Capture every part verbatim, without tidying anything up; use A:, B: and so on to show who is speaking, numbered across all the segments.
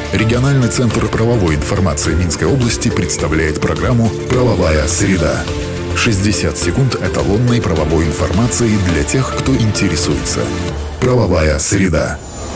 A: Региональный центр правовой информации Минской области представляет программу «Правовая среда». шестьдесят секунд эталонной правовой информации для тех, кто интересуется. «Правовая среда».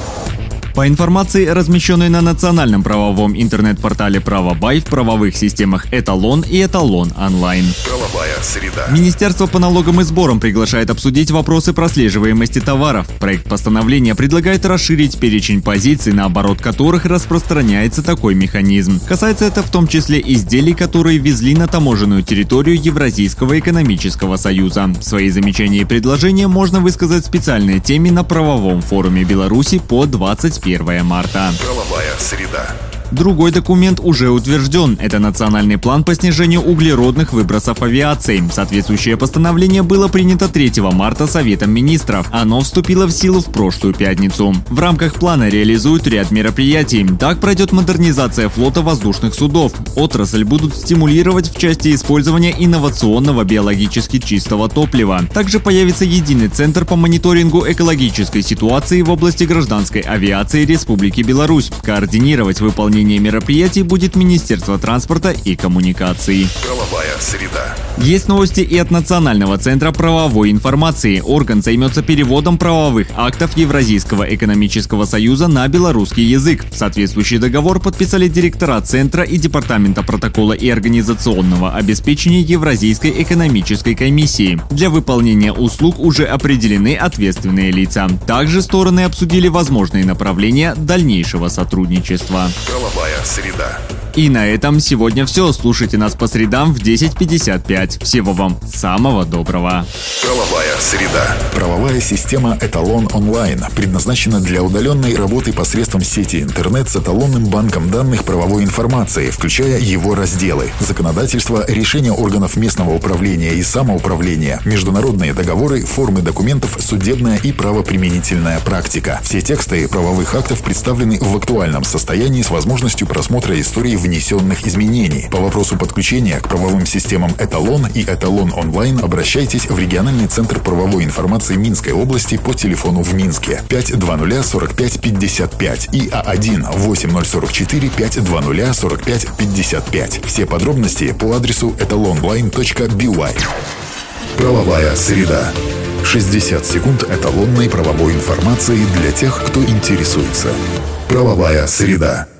B: По информации, размещенной на национальном правовом интернет-портале «Правобай», в правовых системах «Эталон» и «Эталон онлайн».
A: Правовая среда.
B: Министерство по налогам и сборам приглашает обсудить вопросы прослеживаемости товаров. Проект постановления предлагает расширить перечень позиций, на оборот которых распространяется такой механизм. Касается это в том числе изделий, которые ввезли на таможенную территорию Евразийского экономического союза. Свои замечания и предложения можно высказать в специальной теме на правовом форуме Беларуси по двадцать первое марта.
A: Правовая среда.
B: Другой документ уже утвержден. Это национальный план по снижению углеродных выбросов авиации. Соответствующее постановление было принято третьего марта Советом министров. Оно вступило в силу в прошлую пятницу. В рамках плана реализуют ряд мероприятий. Так пройдет модернизация флота воздушных судов. Отрасль будут стимулировать в части использования инновационного биологически чистого топлива. Также появится единый центр по мониторингу экологической ситуации в области гражданской авиации Республики Беларусь. Координировать выполнение мероприятий будет Министерство транспорта и коммуникаций.
A: Правовая среда.
B: Есть новости и от Национального центра правовой информации. Орган займется переводом правовых актов Евразийского экономического союза на белорусский язык. Соответствующий договор подписали директора Центра и Департамента протокола и организационного обеспечения Евразийской экономической комиссии. Для выполнения услуг уже определены ответственные лица. Также стороны обсудили возможные направления дальнейшего сотрудничества.
A: Правовая среда.
B: И на этом сегодня все. Слушайте нас по средам в десять пятьдесят пять. Всего вам самого доброго.
A: Правовая среда. Правовая система «Эталон онлайн» предназначена для удаленной работы посредством сети интернет с эталонным банком данных правовой информации, включая его разделы: законодательство, решения органов местного управления и самоуправления, международные договоры, формы документов, судебная и правоприменительная практика. Все тексты правовых актов представлены в актуальном состоянии с возможностью просмотра истории внесенных изменений. По вопросу подключения к правовым системам «Эталон» и «Эталон онлайн» обращайтесь в региональный центр правовой информации Минской области по телефону в Минске пять двадцать сорок пять пятьдесят пять и А один восемь ноль сорок четыре пять двадцать сорок пять пятьдесят пять. Все подробности по адресу эталонлайн точка би уай. Правовая среда. шестьдесят секунд эталонной правовой информации для тех, кто интересуется. Правовая среда.